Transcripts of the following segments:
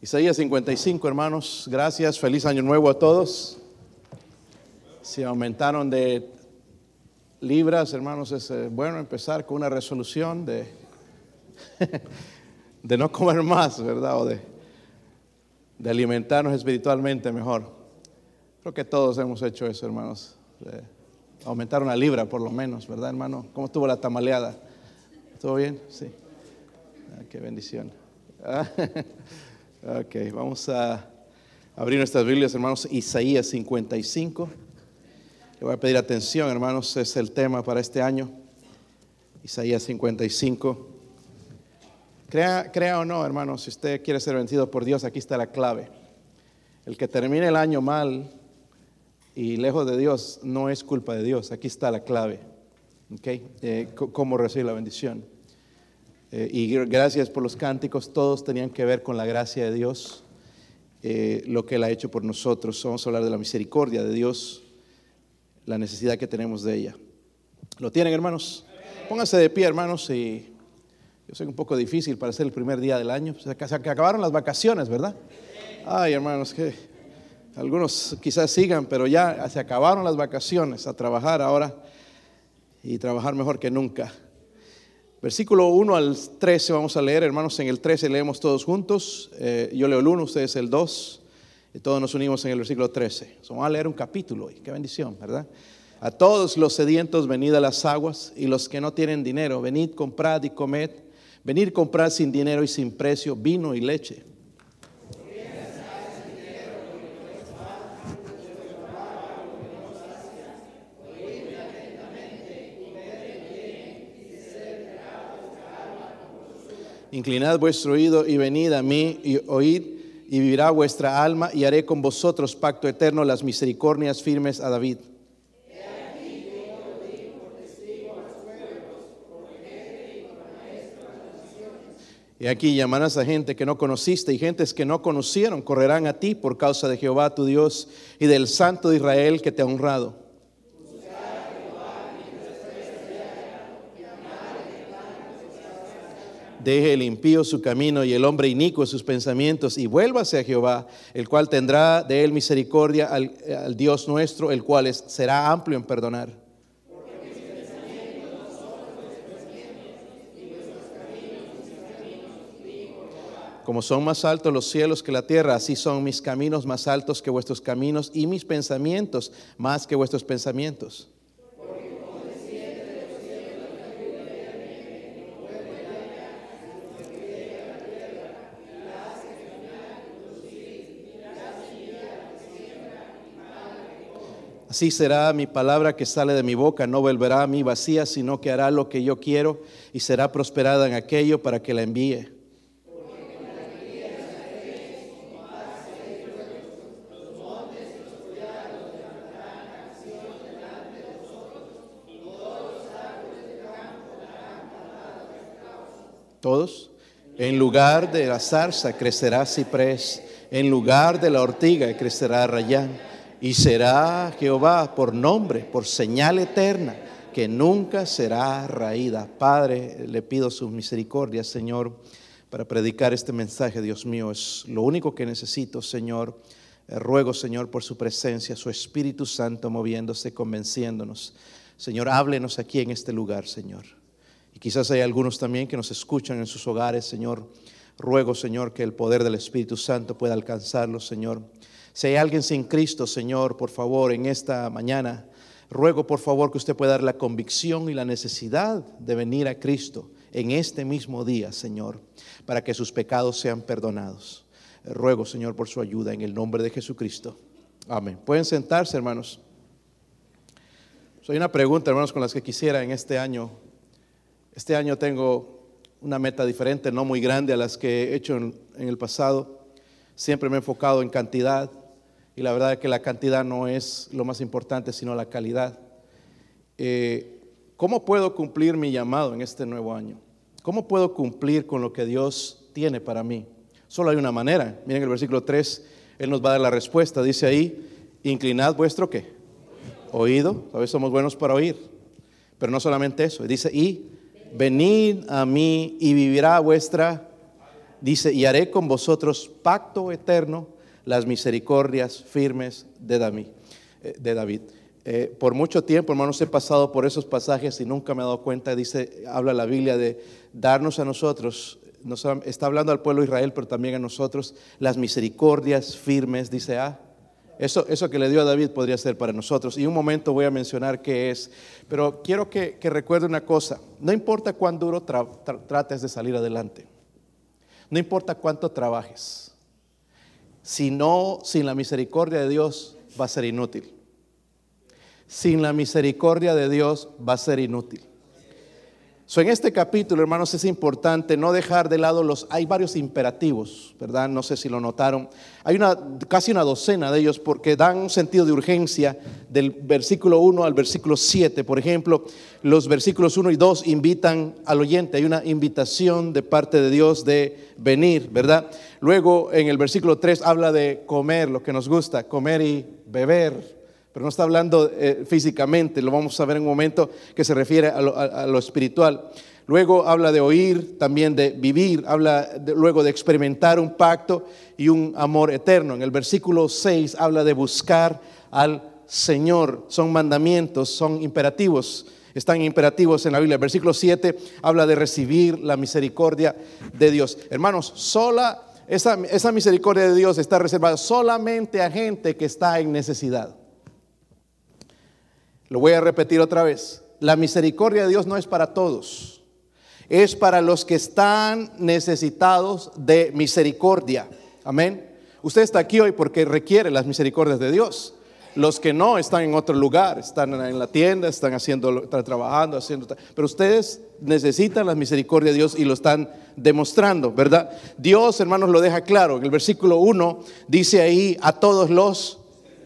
Isaías 55, hermanos, gracias, feliz año nuevo a todos. Si aumentaron de libras, hermanos, es bueno empezar con una resolución de no comer más, ¿verdad? O de alimentarnos espiritualmente mejor. Creo que todos hemos hecho eso, hermanos. Aumentar una libra por lo menos, ¿verdad, hermano? ¿Cómo estuvo la tamaleada? ¿Todo bien? Sí. Qué bendición. Ok, vamos a abrir nuestras Biblias, hermanos. Isaías 55. Le voy a pedir atención, hermanos, es el tema para este año. Isaías 55. Crea o no, hermanos, si usted quiere ser bendecido por Dios, aquí está la clave. El que termine el año mal y lejos de Dios no es culpa de Dios. Aquí está la clave. Okay. Cómo recibir la bendición. Y gracias por los cánticos, todos tenían que ver con la gracia de Dios, lo que Él ha hecho por nosotros. Vamos a hablar de la misericordia de Dios, la necesidad que tenemos de ella. ¿Lo tienen, hermanos? Pónganse de pie, hermanos. Y yo sé que es un poco difícil para ser el primer día del año. Se acabaron las vacaciones, ¿verdad? Ay, hermanos, que algunos quizás sigan, pero ya se acabaron las vacaciones. A trabajar ahora y trabajar mejor que nunca. Versículo 1 al 13 vamos a leer, hermanos. En el 13 leemos todos juntos. Yo leo el 1, ustedes el 2. Y todos nos unimos en el versículo 13. Vamos a leer un capítulo hoy. Qué bendición, ¿verdad? A todos los sedientos, venid a las aguas. Y los que no tienen dinero, venid, comprad y comed. Venid, comprad sin dinero y sin precio vino y leche. Inclinad vuestro oído y venid a mí y oíd, y vivirá vuestra alma, y haré con vosotros pacto eterno, las misericordias firmes a David. Y aquí llamarás a gente que no conociste, y gentes que no conocieron correrán a ti por causa de Jehová tu Dios y del Santo de Israel que te ha honrado. Deje el impío su camino y el hombre inicuo sus pensamientos, y vuélvase a Jehová, el cual tendrá de él misericordia, al Dios nuestro, el cual será amplio en perdonar. Como son más altos los cielos que la tierra, así son mis caminos más altos que vuestros caminos, y mis pensamientos más que vuestros pensamientos. Así será mi palabra que sale de mi boca, no volverá a mí vacía, sino que hará lo que yo quiero y será prosperada en aquello para que la envíe. Todos. En lugar de la zarza crecerá ciprés, en lugar de la ortiga crecerá rayán. Y será Jehová por nombre, por señal eterna, que nunca será raída. Padre, le pido sus misericordias, Señor, para predicar este mensaje, Dios mío. Es lo único que necesito, Señor. Ruego, Señor, por su presencia, su Espíritu Santo moviéndose, convenciéndonos. Señor, háblenos aquí en este lugar, Señor. Y quizás hay algunos también que nos escuchan en sus hogares, Señor. Ruego, Señor, que el poder del Espíritu Santo pueda alcanzarlos, Señor. Si hay alguien sin Cristo, Señor, por favor, en esta mañana, ruego por favor que usted pueda dar la convicción y la necesidad de venir a Cristo en este mismo día, Señor, para que sus pecados sean perdonados. Ruego, Señor, por su ayuda en el nombre de Jesucristo. Amén. Pueden sentarse, hermanos. Hay una pregunta, hermanos, con las que quisiera en este año. Este año tengo una meta diferente, no muy grande a las que he hecho en el pasado. Siempre me he enfocado en cantidad. Y la verdad es que la cantidad no es lo más importante, sino la calidad. ¿Cómo puedo cumplir mi llamado en este nuevo año? ¿Cómo puedo cumplir con lo que Dios tiene para mí? Solo hay una manera. Miren el versículo 3, Él nos va a dar la respuesta. Dice ahí, inclinad vuestro ¿qué? Oído. A veces somos buenos para oír. Pero no solamente eso. Dice, y venid a mí y vivirá vuestra Dice, y haré con vosotros pacto eterno, las misericordias firmes de David. Por mucho tiempo, hermanos, he pasado por esos pasajes y nunca me he dado cuenta. Habla la Biblia de darnos a nosotros, está hablando al pueblo de Israel, pero también a nosotros, las misericordias firmes. Dice, eso que le dio a David podría ser para nosotros. Y un momento voy a mencionar qué es. Pero quiero que recuerde una cosa. No importa cuán duro trates de salir adelante. No importa cuánto trabajes. Sin la misericordia de Dios va a ser inútil. Sin la misericordia de Dios va a ser inútil. En este capítulo, hermanos, es importante no dejar de lado hay varios imperativos, ¿verdad? No sé si lo notaron. Hay casi una docena de ellos porque dan un sentido de urgencia del versículo 1 al versículo 7. Por ejemplo, los versículos 1 y 2 invitan al oyente. Hay una invitación de parte de Dios de venir, ¿verdad? Luego en el versículo 3 habla de comer, lo que nos gusta, comer y beber. Pero no está hablando físicamente, lo vamos a ver en un momento, que se refiere a lo espiritual. Luego habla de oír, también de vivir, luego de experimentar un pacto y un amor eterno. En el versículo 6 habla de buscar al Señor. Son mandamientos, son imperativos, están imperativos en la Biblia. El versículo 7 habla de recibir la misericordia de Dios. Hermanos, esa misericordia de Dios está reservada solamente a gente que está en necesidad. Lo voy a repetir otra vez. La misericordia de Dios no es para todos. Es para los que están necesitados de misericordia. Amén. Usted está aquí hoy porque requiere las misericordias de Dios. Los que no están en otro lugar, están en la tienda, están trabajando, pero ustedes necesitan la misericordia de Dios y lo están demostrando, ¿verdad? Dios, hermanos, lo deja claro. En el versículo 1 dice ahí, a todos los,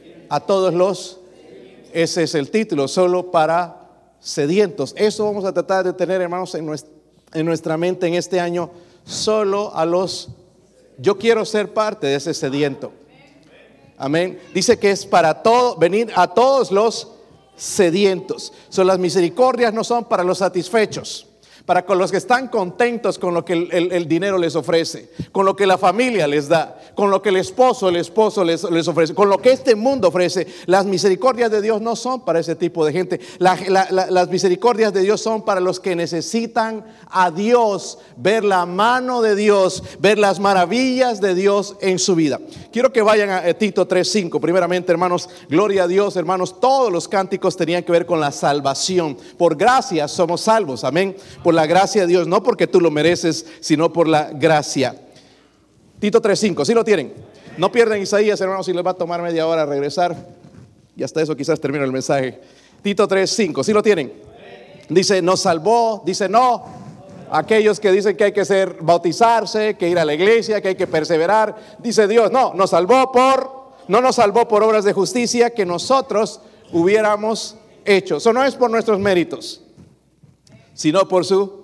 ese es el título, solo para sedientos. Eso vamos a tratar de tener, hermanos, en nuestra mente en este año. Solo yo quiero ser parte de ese sediento. Amén. Dice que es para venir a todos los sedientos. Las misericordias no son para los satisfechos, para con los que están contentos con lo que el dinero les ofrece, con lo que la familia les da, con lo que el esposo les ofrece, con lo que este mundo ofrece. Las misericordias de Dios no son para ese tipo de gente. Las misericordias de Dios son para los que necesitan a Dios, ver la mano de Dios, ver las maravillas de Dios en su vida. Quiero que vayan a Tito 3:5. Primeramente, hermanos, gloria a Dios, hermanos. Todos los cánticos tenían que ver con la salvación. Por gracia somos salvos, amén. Por la gracia de Dios, no porque tú lo mereces, sino por la gracia. Tito 3:5, ¿sí lo tienen? No pierdan Isaías, hermanos, si les va a tomar media hora regresar. Y hasta eso quizás termino el mensaje. Tito 3:5, ¿sí lo tienen? Dice, nos salvó, dice no. Aquellos que dicen que hay que bautizarse, que ir a la iglesia, que hay que perseverar. Dice Dios, no nos salvó por obras de justicia que nosotros hubiéramos hecho. Eso no es por nuestros méritos, sino por su,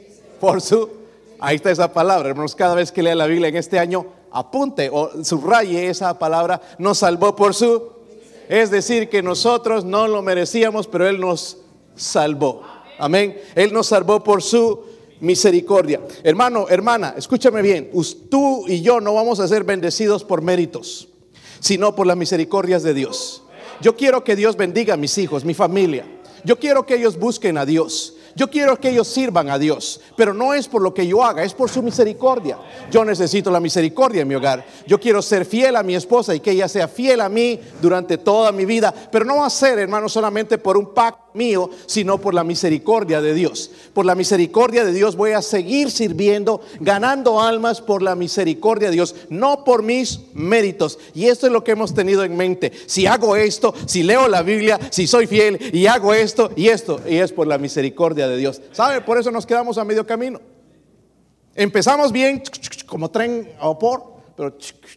ahí está esa palabra, hermanos. Cada vez que lea la Biblia en este año, apunte o subraye esa palabra, nos salvó por es decir, que nosotros no lo merecíamos, pero Él nos salvó. Amén. Él nos salvó por su misericordia. Hermano, hermana, escúchame bien. Tú y yo no vamos a ser bendecidos por méritos, sino por las misericordias de Dios. Yo quiero que Dios bendiga a mis hijos, mi familia. Yo quiero que ellos busquen a Dios. Yo quiero que ellos sirvan a Dios, pero no es por lo que yo haga, es por su misericordia. Yo necesito la misericordia en mi hogar. Yo quiero ser fiel a mi esposa y que ella sea fiel a mí durante toda mi vida, pero no va a ser, hermano, solamente por un pacto mío, sino por la misericordia de Dios. Por la misericordia de Dios voy a seguir sirviendo, ganando almas por la misericordia de Dios, no por mis méritos. Y esto es lo que hemos tenido en mente. Si hago esto, si leo la Biblia, si soy fiel y hago esto, y es por la misericordia de Dios. ¿Sabe? Por eso nos quedamos a medio camino. Empezamos bien, como tren a vapor, pero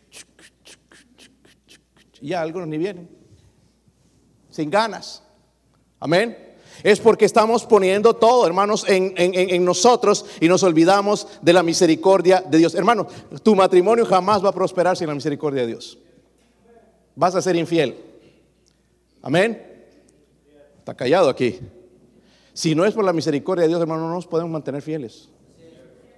ya algunos ni vienen, sin ganas. Amén. Es porque estamos poniendo todo, hermanos, en nosotros y nos olvidamos de la misericordia de Dios. Hermanos, tu matrimonio jamás va a prosperar sin la misericordia de Dios. Vas a ser infiel. Amén. Está callado aquí. Si no es por la misericordia de Dios, hermanos, no nos podemos mantener fieles.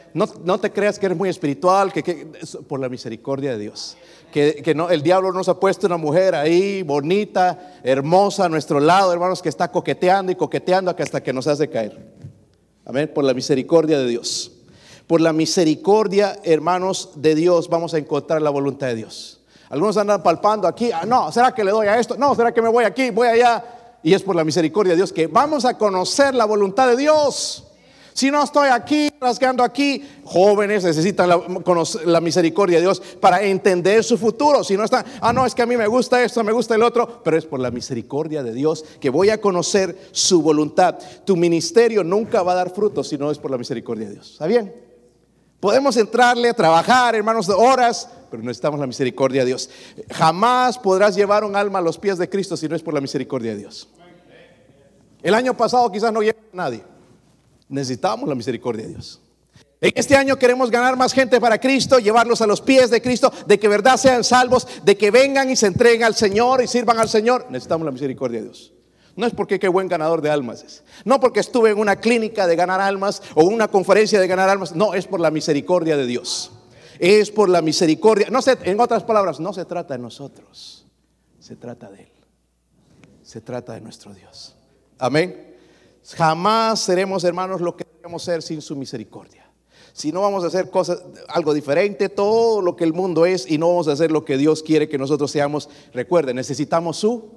No te creas que eres muy espiritual, que es por la misericordia de Dios. Que no, el diablo nos ha puesto una mujer ahí bonita, hermosa a nuestro lado, hermanos, que está coqueteando y coqueteando hasta que nos hace caer. Amén, por la misericordia de Dios. Por la misericordia, hermanos, de Dios vamos a encontrar la voluntad de Dios. Algunos andan palpando aquí, no, ¿será que le doy a esto? No, ¿será que me voy aquí, voy allá? Y es por la misericordia de Dios que vamos a conocer la voluntad de Dios. Si no estoy aquí, rasgando aquí, jóvenes necesitan la misericordia de Dios para entender su futuro. Si no están, no, es que a mí me gusta esto, me gusta el otro, pero es por la misericordia de Dios que voy a conocer su voluntad. Tu ministerio nunca va a dar frutos si no es por la misericordia de Dios. ¿Está bien? Podemos entrarle a trabajar, hermanos, de horas, pero necesitamos la misericordia de Dios. Jamás podrás llevar un alma a los pies de Cristo si no es por la misericordia de Dios. El año pasado quizás no llegó a nadie. Necesitamos la misericordia de Dios. En este año queremos ganar más gente para Cristo, llevarlos a los pies de Cristo, de que verdad sean salvos, de que vengan y se entreguen al Señor y sirvan al Señor. Necesitamos la misericordia de Dios. No es porque qué buen ganador de almas es. No porque estuve en una clínica de ganar almas o una conferencia de ganar almas. No, es por la misericordia de Dios. Es por la misericordia. No sé, en otras palabras, no se trata de nosotros. Se trata de Él. Se trata de nuestro Dios. Amén. Jamás seremos, hermanos, lo que debemos ser sin su misericordia. Si no vamos a hacer algo diferente, todo lo que el mundo es, y no vamos a hacer lo que Dios quiere que nosotros seamos. Recuerden, necesitamos su.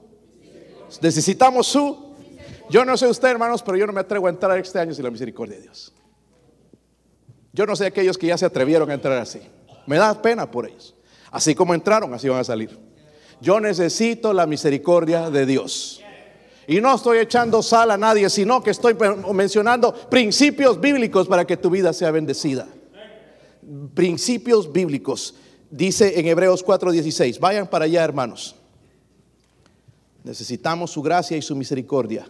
Yo no sé usted, hermanos, pero yo no me atrevo a entrar este año sin la misericordia de Dios. Yo no sé aquellos que ya se atrevieron a entrar así. Me da pena por ellos. Así como entraron, así van a salir. Yo necesito la misericordia de Dios. Y no estoy echando sal a nadie, sino que estoy mencionando principios bíblicos para que tu vida sea bendecida. Principios bíblicos. Dice en Hebreos 4:16. Vayan para allá, hermanos. Necesitamos su gracia y su misericordia.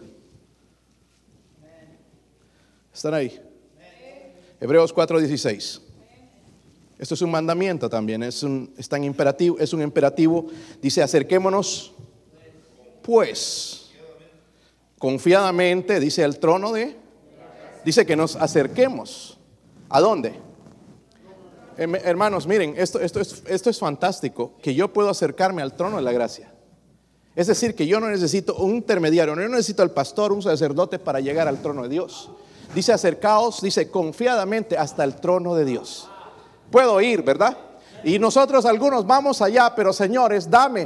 ¿Están ahí? Hebreos 4:16. Esto es un mandamiento también, es un imperativo. Dice, acerquémonos pues confiadamente, dice, al trono dice que nos acerquemos. ¿A dónde? Hermanos, miren, esto es fantástico, que yo puedo acercarme al trono de la gracia. Es decir, que yo no necesito un intermediario, no necesito al pastor, un sacerdote para llegar al trono de Dios. Dice, acercaos, dice, confiadamente hasta el trono de Dios. Puedo ir, ¿verdad? Y nosotros algunos vamos allá, pero señores, dame,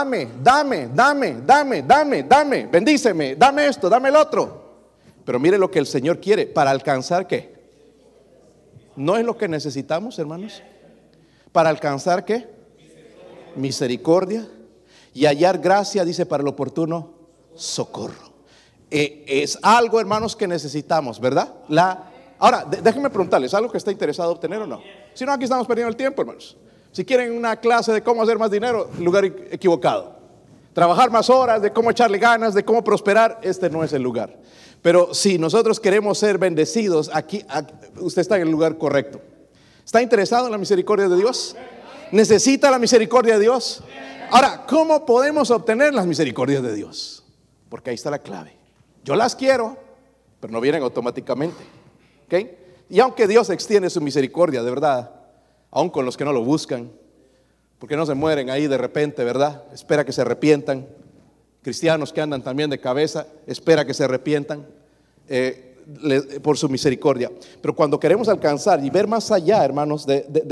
bendíceme, dame esto, dame el otro. Pero mire lo que el Señor quiere, para alcanzar ¿qué? ¿No es lo que necesitamos, hermanos? ¿Para alcanzar qué? Misericordia. Y hallar gracia, dice, para el oportuno socorro. Es algo, hermanos, que necesitamos, ¿verdad? Ahora, déjenme preguntarles, ¿algo que está interesado obtener o no? Si no, aquí estamos perdiendo el tiempo, hermanos. Si quieren una clase de cómo hacer más dinero, lugar equivocado. Trabajar más horas, de cómo echarle ganas, de cómo prosperar, este no es el lugar. Pero si nosotros queremos ser bendecidos, aquí usted está en el lugar correcto. ¿Está interesado en la misericordia de Dios? ¿Necesita la misericordia de Dios? Ahora, ¿cómo podemos obtener las misericordias de Dios? Porque ahí está la clave. Yo las quiero, pero no vienen automáticamente. ¿Okay? Y aunque Dios extiende su misericordia, de verdad, aun con los que no lo buscan, porque no se mueren ahí de repente, ¿verdad? Espera que se arrepientan. Cristianos que andan también de cabeza, espera que se arrepientan por su misericordia. Pero cuando queremos alcanzar y ver más allá, hermanos,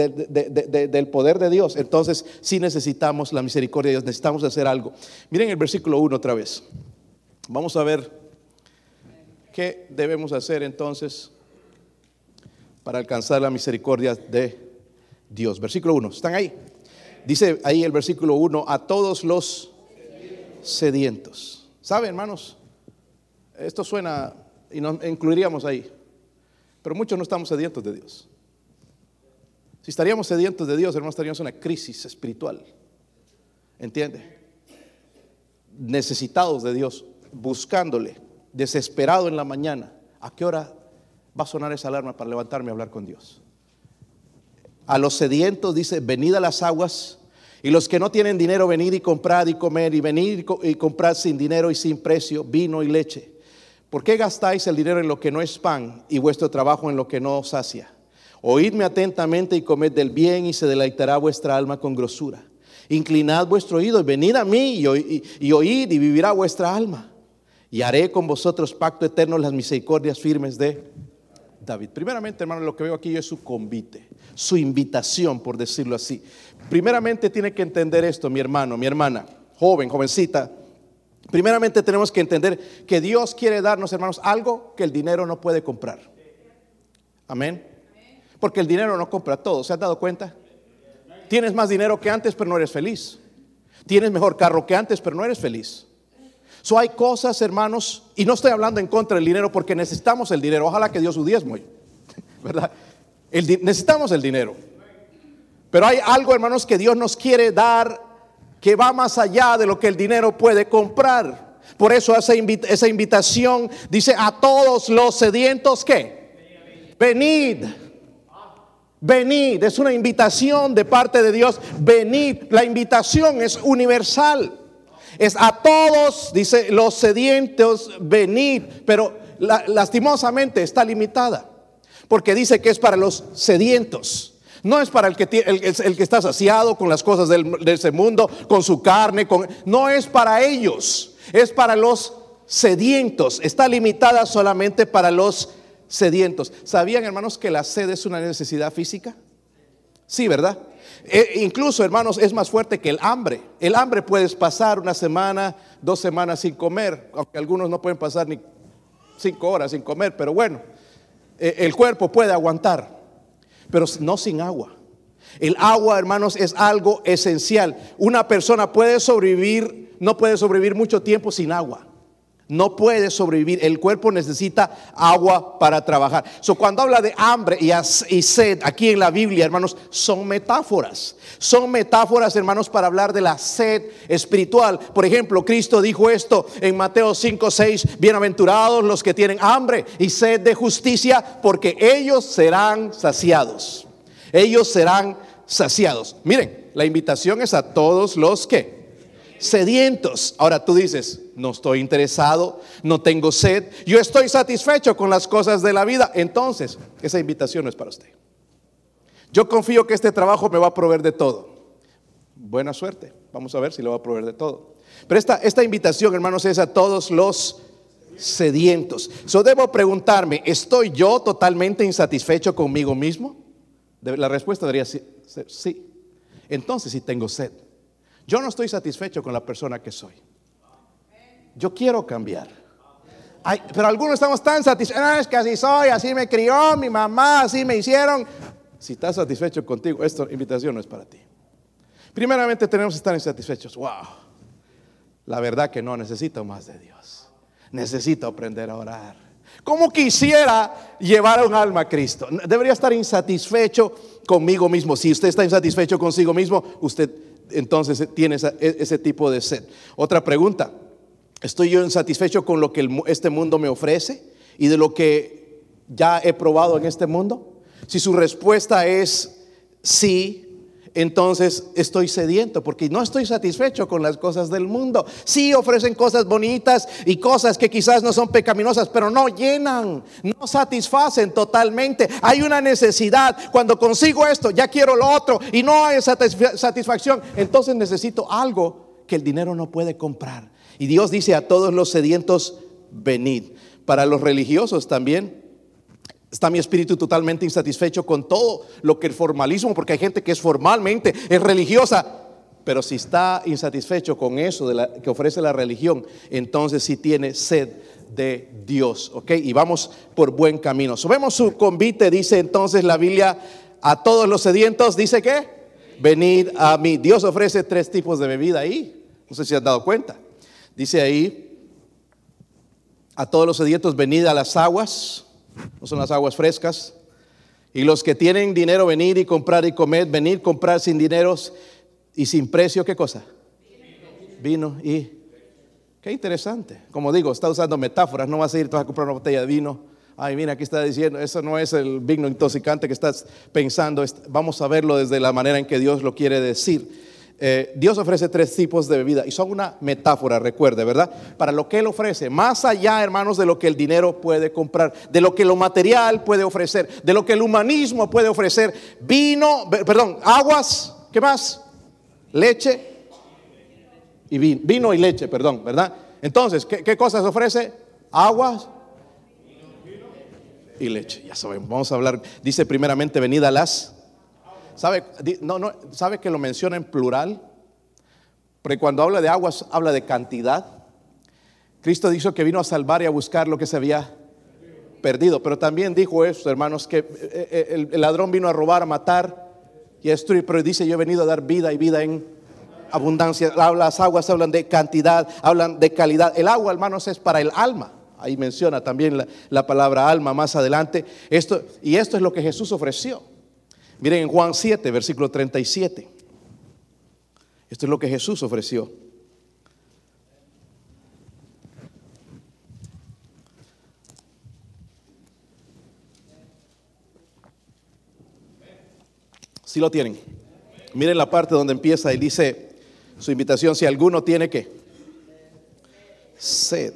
del poder de Dios, entonces sí necesitamos la misericordia de Dios, necesitamos hacer algo. Miren el versículo 1 otra vez. Vamos a ver qué debemos hacer entonces para alcanzar la misericordia de Dios. Versículo 1, ¿están ahí? Dice ahí el versículo 1, a todos los sedientos. ¿Saben, hermanos? Esto suena, y nos incluiríamos ahí, pero muchos no estamos sedientos de Dios. Si estaríamos sedientos de Dios, hermanos, estaríamos en una crisis espiritual. ¿Entiende? Necesitados de Dios, buscándole, desesperado en la mañana. ¿A qué hora va a sonar esa alarma para levantarme a hablar con Dios? A los sedientos dice, venid a las aguas, y los que no tienen dinero, venid y comprad y comer, y venid y comprad sin dinero y sin precio vino y leche. ¿Por qué gastáis el dinero en lo que no es pan y vuestro trabajo en lo que no os sacia? Oídme atentamente y comed del bien, y se deleitará vuestra alma con grosura. Inclinad vuestro oído y venid a mí y oíd, y vivirá vuestra alma. Y haré con vosotros pacto eterno, las misericordias firmes de David. Primeramente, hermano, lo que veo aquí es su convite, su invitación, por decirlo así. Primeramente tiene que entender esto, mi hermano, mi hermana, joven, jovencita. Primeramente tenemos que entender que Dios quiere darnos, hermanos, algo que el dinero no puede comprar. Amén. Porque el dinero no compra todo. ¿Se han dado cuenta? Tienes más dinero que antes, pero no eres feliz. Tienes mejor carro que antes, pero no eres feliz. Hay cosas, hermanos, y no estoy hablando en contra del dinero, porque necesitamos el dinero. Ojalá que Dios su diezmo, ¿verdad? Necesitamos el dinero. Pero hay algo, hermanos, que Dios nos quiere dar que va más allá de lo que el dinero puede comprar. Por eso esa invitación dice: a todos los sedientos, ¿qué? Venid. Venid, es una invitación de parte de Dios. Venid, la invitación es universal. Es a todos, dice, los sedientos, venid. Pero lastimosamente está limitada, porque dice que es para los sedientos. No es para el que está saciado con las cosas de ese mundo, con su carne. No es para ellos, es para los sedientos. Está limitada solamente para los sedientos. ¿Sabían, hermanos, que la sed es una necesidad física? Sí, ¿verdad? Incluso, hermanos, es más fuerte que el hambre. El hambre puedes pasar una semana, 2 semanas sin comer, aunque algunos no pueden pasar ni 5 horas sin comer, pero bueno, el cuerpo puede aguantar, pero no sin agua. El agua, hermanos, es algo esencial. Una persona puede sobrevivir, no puede sobrevivir mucho tiempo sin agua. No puede sobrevivir. El cuerpo necesita agua para trabajar. Cuando habla de hambre y sed aquí en la Biblia, hermanos, son metáforas. Son metáforas, hermanos, para hablar de la sed espiritual. Por ejemplo, Cristo dijo esto en Mateo 5:6: bienaventurados los que tienen hambre y sed de justicia, porque ellos serán saciados. Ellos serán saciados. Miren, la invitación es a todos los que sedientos. Ahora tú dices: no estoy interesado, no tengo sed, yo estoy satisfecho con las cosas de la vida. Entonces, esa invitación no es para usted. Yo confío que este trabajo me va a proveer de todo. Buena suerte, vamos a ver si le va a proveer de todo. Pero esta invitación, hermanos, es a todos los sedientos. Debo preguntarme: ¿estoy yo totalmente insatisfecho conmigo mismo? La respuesta debería ser sí. Entonces sí tengo sed. Yo no estoy satisfecho con la persona que soy. Yo quiero cambiar. Pero algunos estamos tan satisfechos. Es que así soy, así me crió mi mamá, así me hicieron. Si estás satisfecho contigo, esta invitación no es para ti. Primeramente tenemos que estar insatisfechos. Wow, la verdad que no, necesito más de Dios. Necesito aprender a orar. ¿Cómo quisiera llevar a un alma a Cristo? Debería estar insatisfecho conmigo mismo. Si usted está insatisfecho consigo mismo, usted entonces tiene ese tipo de sed. Otra pregunta: ¿estoy yo insatisfecho con lo que este mundo me ofrece y de lo que ya he probado en este mundo? Si su respuesta es sí, entonces estoy sediento, porque no estoy satisfecho con las cosas del mundo. Sí ofrecen cosas bonitas y cosas que quizás no son pecaminosas, pero no llenan, no satisfacen totalmente. Hay una necesidad. Cuando consigo esto, ya quiero lo otro y no hay satisfacción. Entonces necesito algo que el dinero no puede comprar. Y Dios dice: a todos los sedientos, venid. Para los religiosos también está mi espíritu totalmente insatisfecho con todo lo que el formalismo, porque hay gente que es formalmente, es religiosa, pero si está insatisfecho con eso que ofrece la religión, entonces sí tiene sed de Dios, ¿ok? Y vamos por buen camino. Vemos su convite, dice entonces la Biblia: a todos los sedientos, dice que venid a mí. Dios ofrece 3 tipos de bebida ahí, no sé si han dado cuenta. Dice ahí: a todos los sedientos, venid a las aguas. No son las aguas frescas. Y los que tienen dinero, venid y comprar y comer. Venid, comprar sin dineros y sin precio. ¿Qué cosa? Vino y... Qué interesante. Como digo, está usando metáforas. No vas a ir a comprar una botella de vino. Ay, mira, aquí está diciendo, eso no es el vino intoxicante que estás pensando. Vamos a verlo desde la manera en que Dios lo quiere decir. Dios ofrece 3 tipos de bebida y son una metáfora, recuerde, ¿verdad? Para lo que Él ofrece, más allá, hermanos, de lo que el dinero puede comprar, de lo que lo material puede ofrecer, de lo que el humanismo puede ofrecer. Aguas, ¿qué más? Leche y vino y leche, perdón, ¿verdad? Entonces, ¿qué cosas ofrece? Aguas y leche. Ya sabemos, vamos a hablar. Dice primeramente, venida las. ¿Sabe que lo menciona en plural? Porque cuando habla de aguas, habla de cantidad. Cristo dijo que vino a salvar y a buscar lo que se había perdido. Pero también dijo eso, hermanos, que el ladrón vino a robar, a matar y a destruir. Pero dice, yo he venido a dar vida y vida en abundancia. Las aguas hablan de cantidad, hablan de calidad. El agua, hermanos, es para el alma. Ahí menciona también la palabra alma más adelante. Esto es lo que Jesús ofreció. Miren en Juan 7, versículo 37. Esto es lo que Jesús ofreció. ¿Sí lo tienen? Miren la parte donde empieza y dice su invitación: si alguno tiene ¿qué? Sed.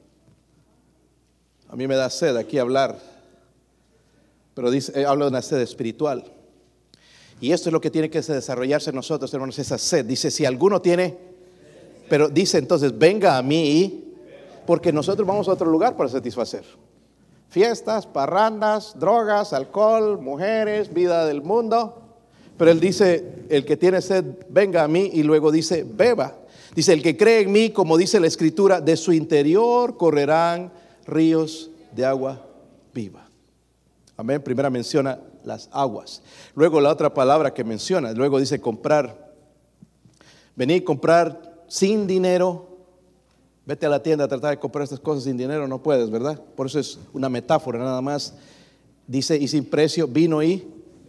A mí me da sed aquí hablar, pero habla de una sed espiritual. Y esto es lo que tiene que desarrollarse en nosotros, hermanos, esa sed. Dice, si alguno tiene, pero dice entonces, venga a mí, porque nosotros vamos a otro lugar para satisfacer. Fiestas, parrandas, drogas, alcohol, mujeres, vida del mundo. Pero él dice, el que tiene sed, venga a mí, y luego dice, beba. Dice, el que cree en mí, como dice la Escritura, de su interior correrán ríos de agua viva. Amén. Primera menciona las aguas. Luego la otra palabra que menciona, luego dice comprar. Venir a comprar sin dinero. Vete a la tienda a tratar de comprar estas cosas sin dinero, no puedes, ¿verdad? Por eso es una metáfora nada más. Dice, y sin precio, vino y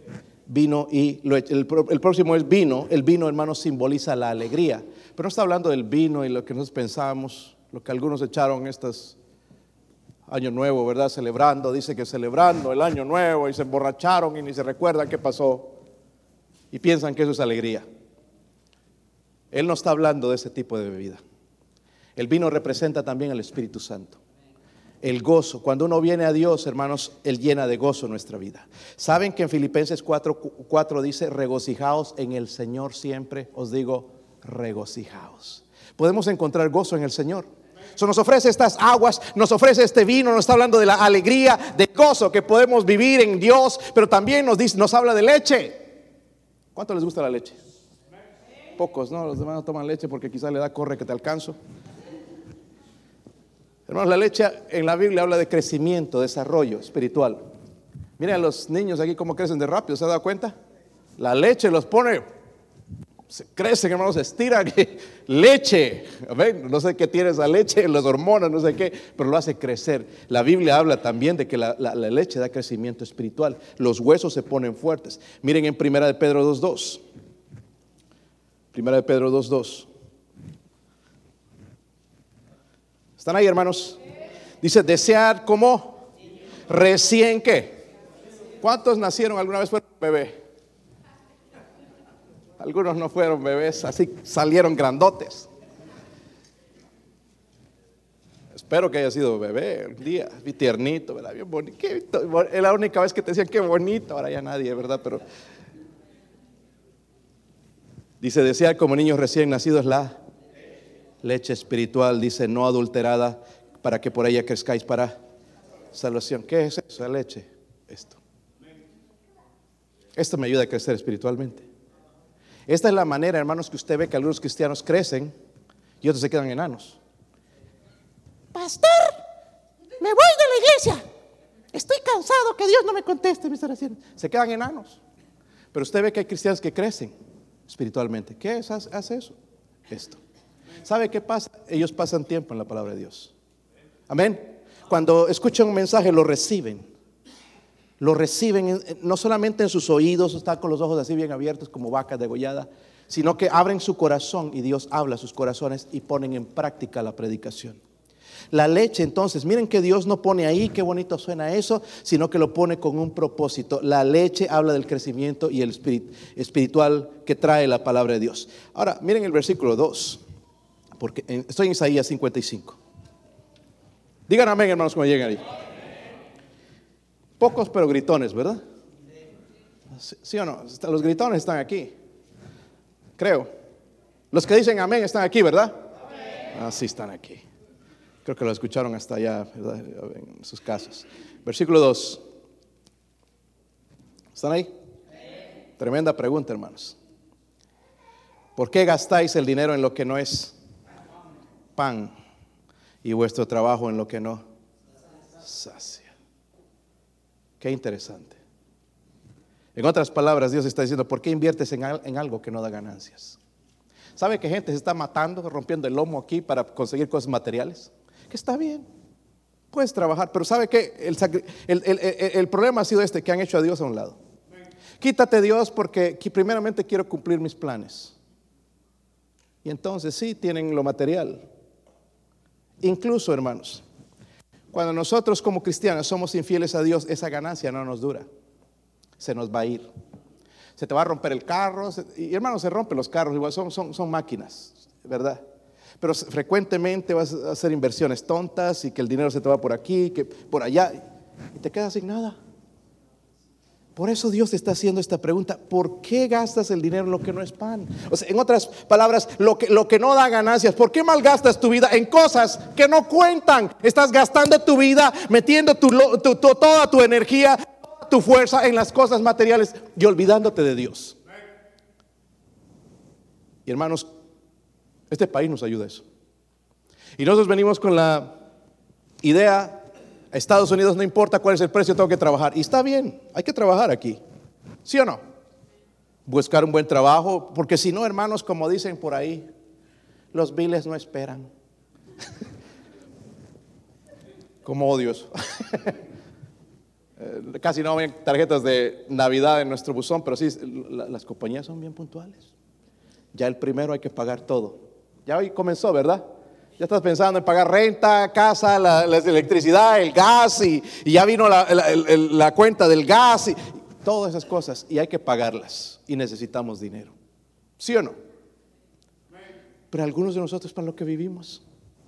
el próximo es vino. El vino, hermanos, simboliza la alegría. Pero no está hablando del vino y lo que nosotros pensamos, lo que algunos echaron estos Año Nuevo, ¿verdad? Celebrando, dice que celebrando el Año Nuevo y se emborracharon y ni se recuerdan qué pasó y piensan que eso es alegría. Él no está hablando de ese tipo de bebida. El vino representa también al Espíritu Santo. El gozo, cuando uno viene a Dios, hermanos, Él llena de gozo nuestra vida. ¿Saben que en Filipenses 4:4 dice, regocijaos en el Señor siempre? Os digo, regocijaos. Podemos encontrar gozo en el Señor. Eso nos ofrece estas aguas, nos ofrece este vino, nos está hablando de la alegría, de gozo que podemos vivir en Dios, pero también nos habla de leche. ¿Cuánto les gusta la leche? Pocos, ¿no? Los demás no toman leche porque quizás le da corre que te alcanzo. Hermanos, la leche en la Biblia habla de crecimiento, desarrollo espiritual. Miren a los niños aquí cómo crecen de rápido, ¿se ha dado cuenta? La leche los pone, se crecen, hermanos, se estiran. Leche, ¿ven? No sé qué tiene esa leche, las hormonas, no sé qué, pero lo hace crecer. La Biblia habla también de que la leche da crecimiento espiritual. Los huesos se ponen fuertes. Miren en 1 de Pedro 2:2. 1 de Pedro 2:2. ¿Están ahí, hermanos? Dice, desear como recién ¿qué? ¿Cuántos nacieron alguna vez fueron bebé? Algunos no fueron bebés, así salieron grandotes. Espero que haya sido bebé un día, bien tiernito, ¿verdad? Bien bonito. Es la única vez que te decían qué bonito, ahora ya nadie, ¿verdad? Pero dice, desear como niños recién nacidos la leche espiritual, dice, no adulterada, para que por ella crezcáis para salvación. ¿Qué es eso? La leche. Esto me ayuda a crecer espiritualmente. Esta es la manera, hermanos, que usted ve que algunos cristianos crecen y otros se quedan enanos. Pastor, me voy de la iglesia. Estoy cansado que Dios no me conteste mis oraciones. Se quedan enanos. Pero usted ve que hay cristianos que crecen espiritualmente. ¿Qué hace eso? Esto. ¿Sabe qué pasa? Ellos pasan tiempo en la palabra de Dios. Amén. Cuando escuchan un mensaje lo reciben no solamente en sus oídos, están con los ojos así bien abiertos como vacas degolladas, sino que abren su corazón y Dios habla a sus corazones y ponen en práctica la predicación. La leche, entonces, miren que Dios no pone ahí, qué bonito suena eso, sino que lo pone con un propósito. La leche habla del crecimiento y el espiritual que trae la palabra de Dios. Ahora, miren el versículo 2, porque estoy en Isaías 55. Digan amén, hermanos, cuando lleguen ahí. Pocos pero gritones, ¿verdad? ¿Sí o no? Los gritones están aquí, creo. Los que dicen amén están aquí, ¿verdad? Así están aquí. Creo que lo escucharon hasta allá, ¿verdad? En sus casas. Versículo 2. ¿Están ahí? Tremenda pregunta, hermanos. ¿Por qué gastáis el dinero en lo que no es pan y vuestro trabajo en lo que no sacia? Qué interesante. En otras palabras, Dios está diciendo, ¿por qué inviertes en algo que no da ganancias? ¿Sabe que gente se está matando, rompiendo el lomo aquí para conseguir cosas materiales? Que está bien, puedes trabajar, pero ¿sabe qué? El problema ha sido que han hecho a Dios a un lado. Quítate, Dios, porque primeramente quiero cumplir mis planes. Y entonces sí tienen lo material. Incluso, hermanos, cuando nosotros como cristianos somos infieles a Dios, esa ganancia no nos dura. Se nos va a ir. Se te va a romper el carro. Y hermanos, se rompen los carros, igual son máquinas, ¿verdad? Pero frecuentemente vas a hacer inversiones tontas y que el dinero se te va por aquí, que por allá, y te quedas sin nada. Por eso Dios te está haciendo esta pregunta: ¿por qué gastas el dinero en lo que no es pan? O sea, en otras palabras, lo que no da ganancias. ¿Por qué malgastas tu vida en cosas que no cuentan? Estás gastando tu vida metiendo toda tu energía, tu fuerza en las cosas materiales y olvidándote de Dios. Y hermanos, este país nos ayuda a eso. Y nosotros venimos con la idea: a Estados Unidos no importa cuál es el precio, tengo que trabajar. Y está bien, hay que trabajar aquí, ¿sí o no? Buscar un buen trabajo, porque si no, hermanos, como dicen por ahí, los biles no esperan. Como odio eso. Casi no ven tarjetas de Navidad en nuestro buzón, pero sí, las compañías son bien puntuales. Ya el primero hay que pagar todo. Ya hoy comenzó, ¿verdad? Ya estás pensando en pagar renta, casa, la electricidad, el gas, y ya vino la cuenta del gas y todas esas cosas, y hay que pagarlas y necesitamos dinero, ¿sí o no? Pero algunos de nosotros, para lo que vivimos,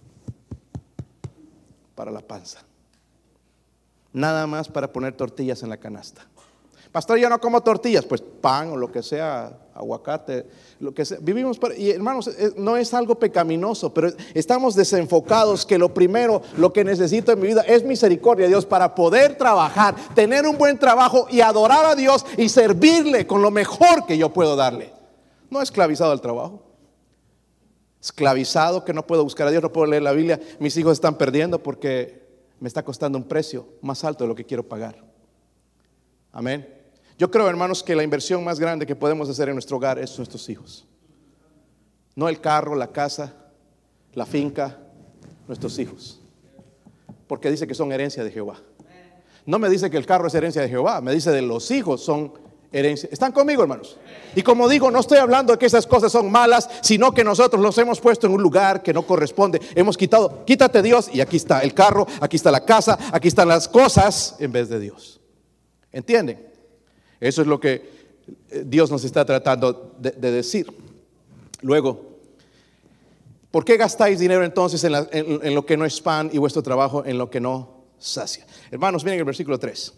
para la panza, nada más para poner tortillas en la canasta. Pastor, yo no como tortillas, pues pan o lo que sea, aguacate, lo que sea. Vivimos y hermanos, no es algo pecaminoso, pero estamos desenfocados que lo primero, lo que necesito en mi vida es misericordia de Dios para poder trabajar, tener un buen trabajo y adorar a Dios y servirle con lo mejor que yo puedo darle. No esclavizado al trabajo, esclavizado que no puedo buscar a Dios, no puedo leer la Biblia, mis hijos están perdiendo porque me está costando un precio más alto de lo que quiero pagar. Amén. Yo creo, hermanos, que la inversión más grande que podemos hacer en nuestro hogar es nuestros hijos. No el carro, la casa, la finca, nuestros hijos. Porque dice que son herencia de Jehová. No me dice que el carro es herencia de Jehová, me dice de los hijos son herencia. ¿Están conmigo, hermanos? Y como digo, no estoy hablando de que esas cosas son malas, sino que nosotros los hemos puesto en un lugar que no corresponde. Hemos quitado, quítate Dios, y aquí está el carro, aquí está la casa, aquí están las cosas en vez de Dios. ¿Entienden? Eso es lo que Dios nos está tratando de decir. Luego, ¿por qué gastáis dinero entonces en lo que no es pan y vuestro trabajo en lo que no sacia? Hermanos, miren el versículo 3.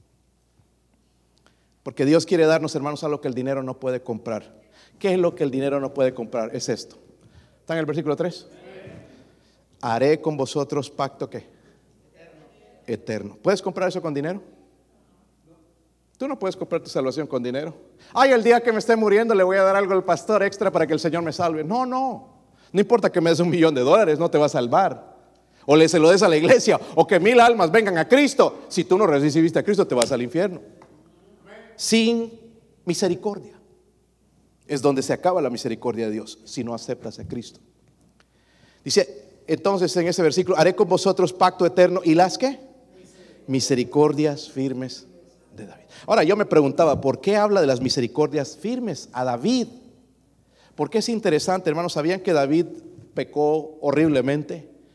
Porque Dios quiere darnos, hermanos, algo que el dinero no puede comprar. ¿Qué es lo que el dinero no puede comprar? Es esto. ¿Está en el versículo 3? Haré con vosotros pacto, ¿qué? Eterno. ¿Puedes comprar eso con dinero? Tú no puedes comprar tu salvación con dinero. Ay, el día que me esté muriendo le voy a dar algo al pastor extra para que el Señor me salve. No importa que me des $1,000,000, no te va a salvar. O se lo des a la iglesia, o que 1,000 almas vengan a Cristo. Si tú no recibiste a Cristo, te vas al infierno. Sin misericordia es donde se acaba la misericordia de Dios, si no aceptas a Cristo. Dice entonces en ese versículo: haré con vosotros pacto eterno y las ¿qué? Misericordias firmes de David. Ahora yo me preguntaba, ¿por qué habla de las misericordias firmes a David? Porque es interesante, hermanos. ¿Sabían que David pecó horriblemente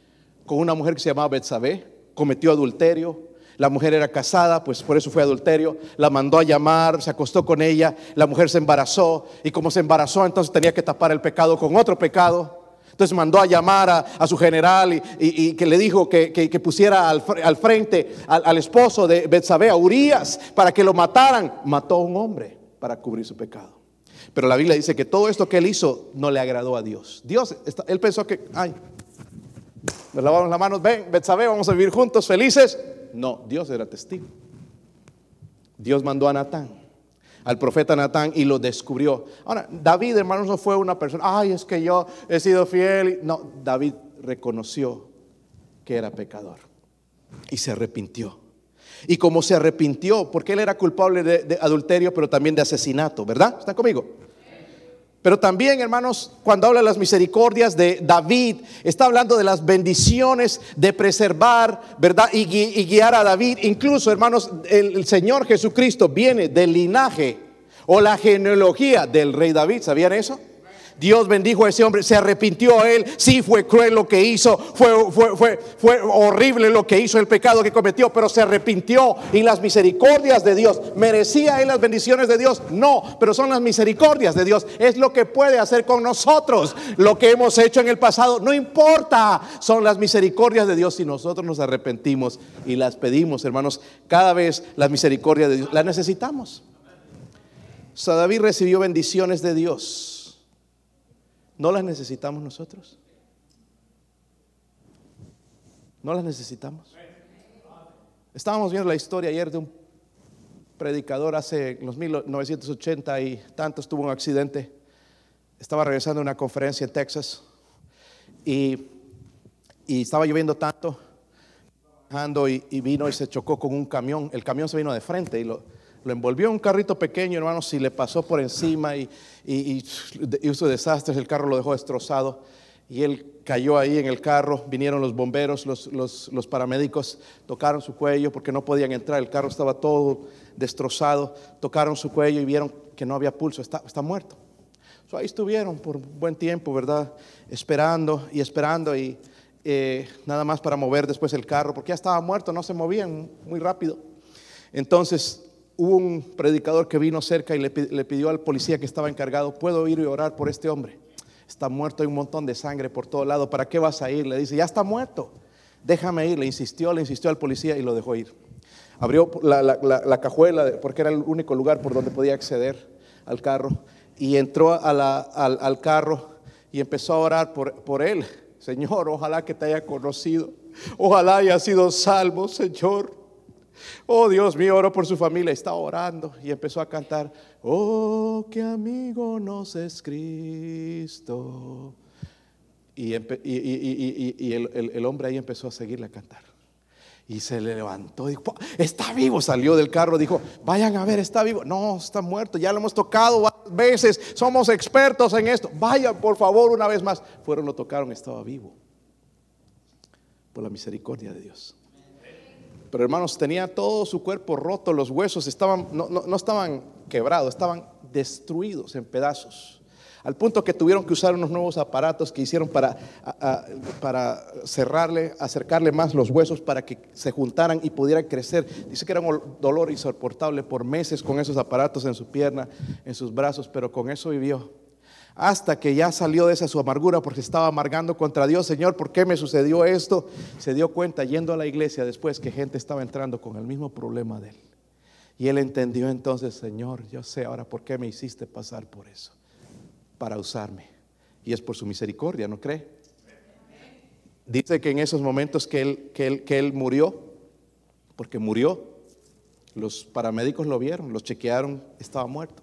con una mujer que se llamaba Betsabé, cometió adulterio. La mujer era casada, pues por eso fue adulterio. La mandó a llamar, se acostó con ella. La mujer se embarazó, y como se embarazó, entonces tenía que tapar el pecado con otro pecado. Entonces mandó a llamar a su general y que le dijo que pusiera al frente al esposo de Betsabé, a Urías, para que lo mataran. Mató a un hombre para cubrir su pecado. Pero la Biblia dice que todo esto que él hizo no le agradó a Dios. Él pensó que, nos lavamos las manos, ven Betsabé, vamos a vivir juntos felices. No, Dios era testigo. Dios mandó a Natán, al profeta Natán, y lo descubrió. Ahora, David, hermanos, no fue una persona, es que yo he sido fiel. No, David reconoció que era pecador y se arrepintió. Y como se arrepintió, porque él era culpable de adulterio, pero también de asesinato, ¿verdad? ¿Están conmigo? Pero también, hermanos, cuando habla de las misericordias de David, está hablando de las bendiciones de preservar, ¿verdad? Y guiar a David. Incluso, hermanos, el Señor Jesucristo viene del linaje o la genealogía del rey David. ¿Sabían eso? Dios bendijo a ese hombre, se arrepintió a él. Sí, fue cruel lo que hizo, fue horrible lo que hizo, el pecado que cometió, pero se arrepintió. Y las misericordias de Dios, ¿merecía él las bendiciones de Dios? No, pero son las misericordias de Dios. Es lo que puede hacer con nosotros. Lo que hemos hecho en el pasado no importa, son las misericordias de Dios si nosotros nos arrepentimos y las pedimos, hermanos. Cada vez las misericordias de Dios las necesitamos. David recibió bendiciones de Dios. ¿No las necesitamos nosotros? ¿No las necesitamos? Estábamos viendo la historia ayer de un predicador hace los 1980 y tantos, tuvo un accidente. Estaba regresando a una conferencia en Texas y estaba lloviendo tanto, y vino y se chocó con un camión. El camión se vino de frente y lo envolvió en un carrito pequeño, hermanos, y le pasó por encima y hizo desastres. El carro lo dejó destrozado y él cayó ahí en el carro. Vinieron los bomberos, los paramédicos, tocaron su cuello porque no podían entrar, el carro estaba todo destrozado. Tocaron su cuello y vieron que no había pulso, está muerto. Ahí estuvieron por un buen tiempo, ¿verdad? Esperando y nada más para mover después el carro, porque ya estaba muerto, no se movían muy rápido. Entonces hubo un predicador que vino cerca y le pidió al policía que estaba encargado: ¿puedo ir y orar por este hombre? Está muerto, hay un montón de sangre por todo lado. ¿Para qué vas a ir? Le dice: ya está muerto, déjame ir. Le insistió al policía y lo dejó ir. Abrió la cajuela, porque era el único lugar por donde podía acceder al carro, y entró al carro y empezó a orar por él. Señor, ojalá que te haya conocido, ojalá haya sido salvo, Señor. Oh Dios mío, oro por su familia. Está orando y empezó a cantar: oh, qué amigo nos es Cristo. Y el hombre ahí empezó a seguirle a cantar. Y se le levantó, dijo: está vivo. Salió del carro, dijo: vayan a ver, está vivo. No, está muerto, ya lo hemos tocado varias veces, somos expertos en esto. Vayan por favor una vez más. Fueron, lo tocaron, estaba vivo por la misericordia de Dios. Pero hermanos, tenía todo su cuerpo roto, los huesos no estaban quebrados, estaban destruidos en pedazos, al punto que tuvieron que usar unos nuevos aparatos que hicieron para acercarle más los huesos para que se juntaran y pudieran crecer. Dice que era un dolor insoportable por meses con esos aparatos en su pierna, en sus brazos, pero con eso vivió. Hasta que ya salió de esa su amargura, porque estaba amargando contra Dios. Señor, ¿por qué me sucedió esto? Se dio cuenta yendo a la iglesia después que gente estaba entrando con el mismo problema de él. Y él entendió entonces: Señor, yo sé ahora por qué me hiciste pasar por eso, para usarme. Y es por su misericordia, ¿no cree? Dice que en esos momentos que él murió, porque murió, los paramédicos lo vieron, los chequearon, estaba muerto.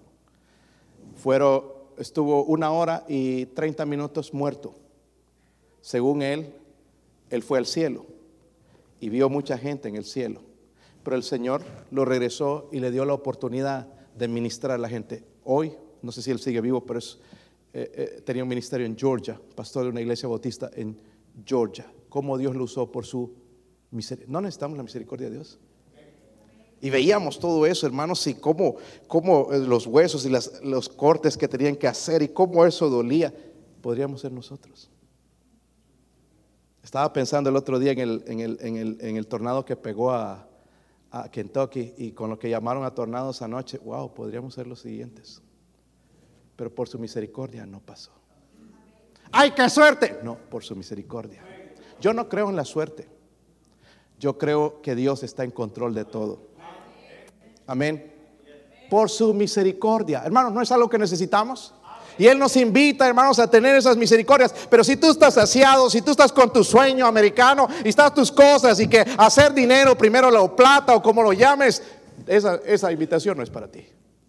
Estuvo 1 hora y 30 minutos muerto. Según él fue al cielo y vio mucha gente en el cielo. Pero el Señor lo regresó y le dio la oportunidad de ministrar a la gente. Hoy, no sé si él sigue vivo, pero tenía un ministerio en Georgia, pastor de una iglesia bautista en Georgia. Cómo Dios lo usó por su misericordia. ¿No necesitamos la misericordia de Dios? Y veíamos todo eso, hermanos, y cómo los huesos y los cortes que tenían que hacer y cómo eso dolía. Podríamos ser nosotros. Estaba pensando el otro día en el tornado que pegó a Kentucky, y con lo que llamaron a tornados anoche. Wow, podríamos ser los siguientes. Pero por su misericordia no pasó. ¡Ay, qué suerte! No, por su misericordia. Yo no creo en la suerte. Yo creo que Dios está en control de todo. Amén. Por su misericordia. Hermanos, ¿no es algo que necesitamos? Y Él nos invita, hermanos, a tener esas misericordias. Pero si tú estás saciado, si tú estás con tu sueño americano y estás tus cosas, y que hacer dinero primero, la plata o como lo llames, esa invitación no es para ti.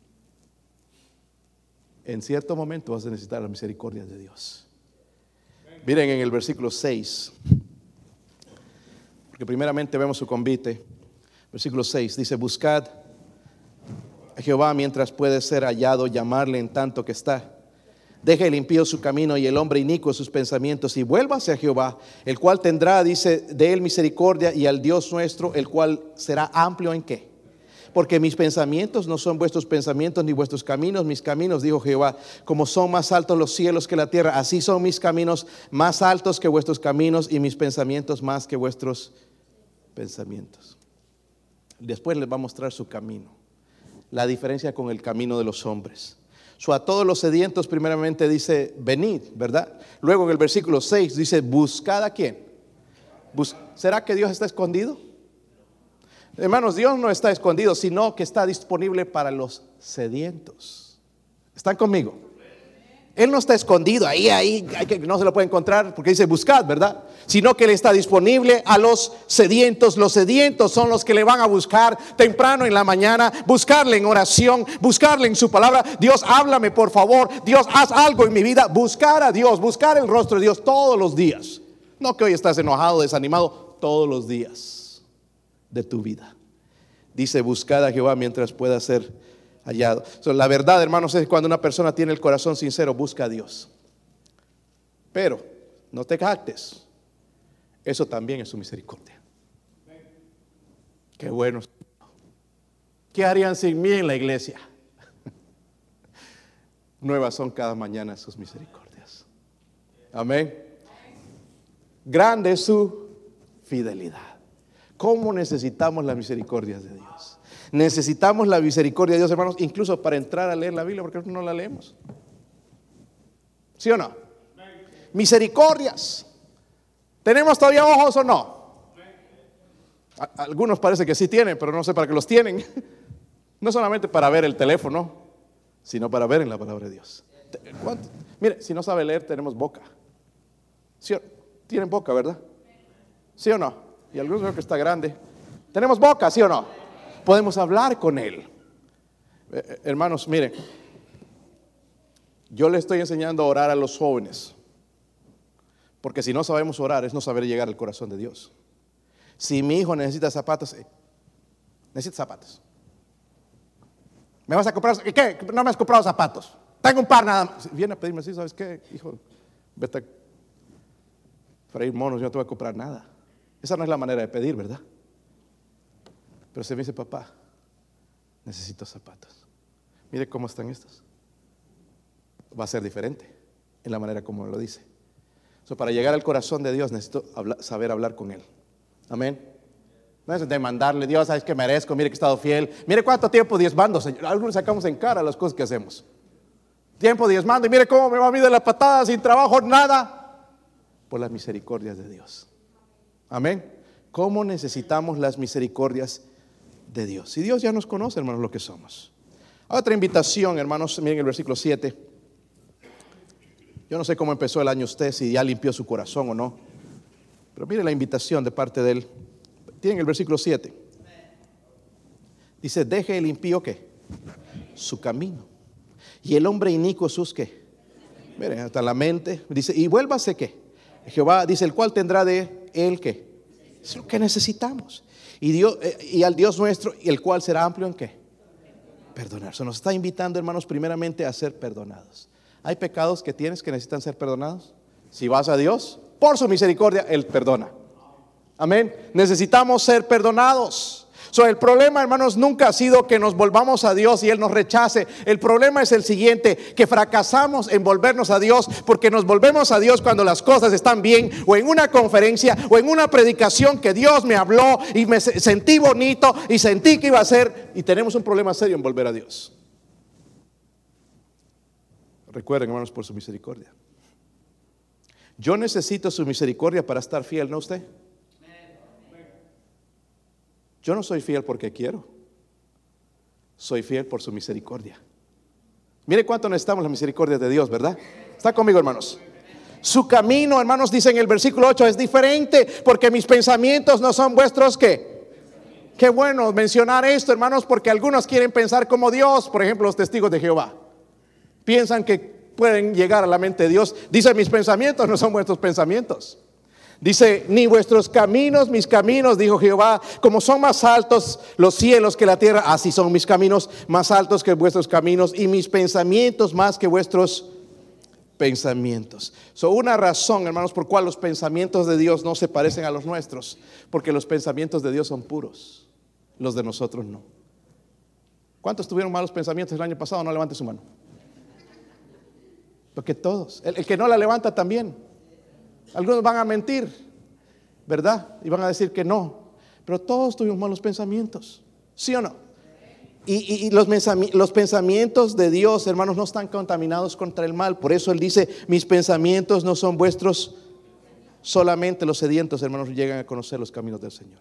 En cierto momento vas a necesitar la misericordia de Dios. Miren en el versículo 6, porque primeramente vemos su convite. Versículo 6 dice: buscad a Jehová mientras puede ser hallado, llamarle en tanto que está. Deje el impío su camino y el hombre inicuo sus pensamientos, y vuélvase a Jehová, el cual tendrá, dice, de él misericordia, y al Dios nuestro, el cual será amplio en qué. Porque mis pensamientos no son vuestros pensamientos, ni vuestros caminos mis caminos, dijo Jehová. Como son más altos los cielos que la tierra, así son mis caminos más altos que vuestros caminos, y mis pensamientos más que vuestros pensamientos. Después les va a mostrar su camino, la diferencia con el camino de los hombres. A todos los sedientos primeramente dice venid, ¿verdad? Luego en el versículo 6 dice buscad a quién. ¿Será que Dios está escondido? Hermanos, Dios no está escondido, sino que está disponible para los sedientos. ¿Están conmigo? Él no está escondido ahí que no se lo puede encontrar, porque dice buscad, ¿verdad? Sino que Él está disponible a los sedientos. Los sedientos son los que le van a buscar temprano en la mañana, buscarle en oración, buscarle en su palabra. Dios, háblame por favor. Dios, haz algo en mi vida. Buscar a Dios, buscar el rostro de Dios todos los días. No que hoy estás enojado, desanimado, todos los días de tu vida. Dice buscad a Jehová mientras pueda ser hallado. La verdad, hermanos, es que cuando una persona tiene el corazón sincero, busca a Dios. Pero no te jactes, eso también es su misericordia. Qué bueno. ¿Qué harían sin mí en la iglesia? Nuevas son cada mañana sus misericordias. Amén. Grande es su fidelidad. ¿Cómo necesitamos las misericordias de Dios? Necesitamos la misericordia de Dios, hermanos, incluso para entrar a leer la Biblia, porque no la leemos. ¿Sí o no? Misericordias. ¿Tenemos todavía ojos o no? Algunos parece que sí tienen, pero no sé para qué los tienen. No solamente para ver el teléfono, sino para ver en la palabra de Dios. Mire, si no sabe leer, tenemos boca. ¿Sí o no? Tienen boca, ¿verdad? ¿Sí o no? Y algunos creo que está grande. Tenemos boca, ¿sí o no? Podemos hablar con Él. Hermanos, miren, yo le estoy enseñando a orar a los jóvenes, porque si no sabemos orar es no saber llegar al corazón de Dios. Si mi hijo necesita zapatos, necesita zapatos. ¿Me vas a comprar? ¿Qué? No me has comprado zapatos. Tengo un par nada más. Viene a pedirme así, ¿sabes qué, hijo? Vete a freír monos, yo no te voy a comprar nada. Esa no es la manera de pedir, ¿verdad? Pero se me dice, papá, necesito zapatos. Mire cómo están estos. Va a ser diferente en la manera como lo dice. Para llegar al corazón de Dios necesito saber hablar con Él. Amén. No es demandarle, Dios, sabes que merezco, mire que he estado fiel. Mire cuánto tiempo diezmando, Señor. Algunos sacamos en cara las cosas que hacemos. Tiempo diezmando y mire cómo me va a mí de la patada, sin trabajo, nada. Por las misericordias de Dios. Amén. ¿Cómo necesitamos las misericordias de Dios? Si Dios ya nos conoce, hermanos, lo que somos. Otra invitación, hermanos, miren el versículo 7. Yo no sé cómo empezó el año usted, si ya limpió su corazón o no. Pero mire la invitación de parte de Él. Tienen el versículo 7. Dice, deje el impío ¿qué? Su camino. Y el hombre inicuo sus ¿qué? Miren, hasta la mente. Dice, y vuélvase ¿qué? Jehová, dice, el cual tendrá de él ¿qué? Es lo que necesitamos. Y al Dios nuestro, el cual será amplio en ¿qué? Perdonar. Nos está invitando, hermanos, primeramente a ser perdonados. ¿Hay pecados que tienes que necesitan ser perdonados? Si vas a Dios, por su misericordia, Él perdona. Amén. Necesitamos ser perdonados. El problema, hermanos, nunca ha sido que nos volvamos a Dios y Él nos rechace. El problema es el siguiente, que fracasamos en volvernos a Dios, porque nos volvemos a Dios cuando las cosas están bien, o en una conferencia, o en una predicación que Dios me habló y me sentí bonito y sentí que iba a ser, y tenemos un problema serio en volver a Dios. Recuerden, hermanos, por su misericordia. Yo necesito su misericordia para estar fiel, ¿no usted? Yo no soy fiel porque quiero. Soy fiel por su misericordia. Mire cuánto necesitamos la misericordia de Dios, ¿verdad? ¿Está conmigo, hermanos? Su camino, hermanos, dice en el versículo 8, es diferente, porque mis pensamientos no son vuestros, ¿qué? Qué bueno mencionar esto, hermanos, porque algunos quieren pensar como Dios. Por ejemplo, los testigos de Jehová piensan que pueden llegar a la mente de Dios. Dice, mis pensamientos no son vuestros pensamientos. Dice, ni vuestros caminos, mis caminos, dijo Jehová, como son más altos los cielos que la tierra, así son mis caminos más altos que vuestros caminos, y mis pensamientos más que vuestros pensamientos. Una razón, hermanos, por cual los pensamientos de Dios no se parecen a los nuestros, porque los pensamientos de Dios son puros, los de nosotros no. ¿Cuántos tuvieron malos pensamientos el año pasado? No levante su mano. Porque todos, el que no la levanta también. Algunos van a mentir, ¿verdad? Y van a decir que no. Pero todos tuvimos malos pensamientos, ¿sí o no? Y los pensamientos de Dios, hermanos, no están contaminados contra el mal. Por eso Él dice, mis pensamientos no son vuestros. Solamente los sedientos, hermanos, llegan a conocer los caminos del Señor.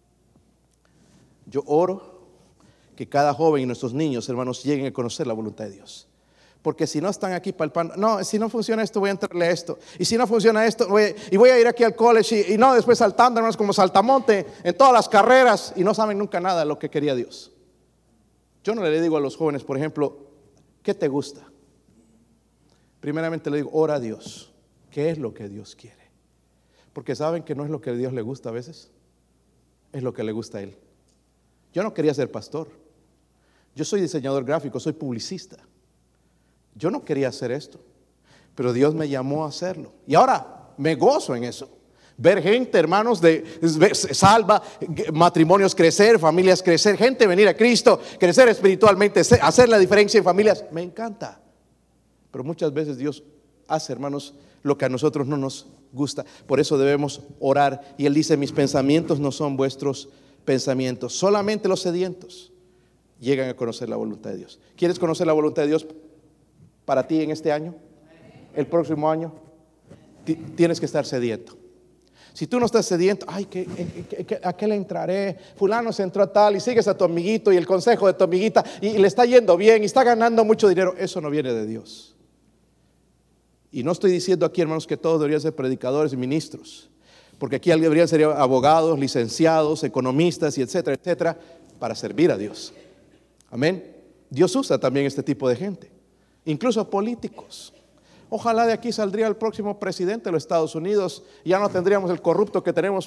Yo oro que cada joven y nuestros niños, hermanos, lleguen a conocer la voluntad de Dios. Porque si no están aquí palpando, no, si no funciona esto, voy a entrarle a esto. Y si no funciona esto, voy a ir aquí al college. Y no, después saltando, hermanos, como saltamonte en todas las carreras. Y no saben nunca nada de lo que quería Dios. Yo no le digo a los jóvenes, por ejemplo, ¿qué te gusta? Primeramente le digo, ora a Dios. ¿Qué es lo que Dios quiere? Porque saben que no es lo que a Dios le gusta a veces. Es lo que le gusta a Él. Yo no quería ser pastor. Yo soy diseñador gráfico, soy publicista. Yo no quería hacer esto, pero Dios me llamó a hacerlo. Y ahora me gozo en eso. Ver gente, hermanos, salva, matrimonios crecer, familias crecer, gente venir a Cristo, crecer espiritualmente, hacer la diferencia en familias. Me encanta. Pero muchas veces Dios hace, hermanos, lo que a nosotros no nos gusta. Por eso debemos orar. Y Él dice, mis pensamientos no son vuestros pensamientos. Solamente los sedientos llegan a conocer la voluntad de Dios. ¿Quieres conocer la voluntad de Dios para ti en este año? El próximo año tienes que estar sediento. Si tú no estás sediento, ay, ¿a qué le entraré? Fulano se entró a tal, y sigues a tu amiguito y el consejo de tu amiguita y le está yendo bien y está ganando mucho dinero. Eso no viene de Dios. Y no estoy diciendo aquí, hermanos, que todos deberían ser predicadores y ministros, porque aquí deberían ser abogados, licenciados, economistas y etcétera, etcétera, para servir a Dios. Amén. Dios usa también este tipo de gente, incluso políticos. Ojalá de aquí saldría el próximo presidente de los Estados Unidos. Ya no tendríamos el corrupto que tenemos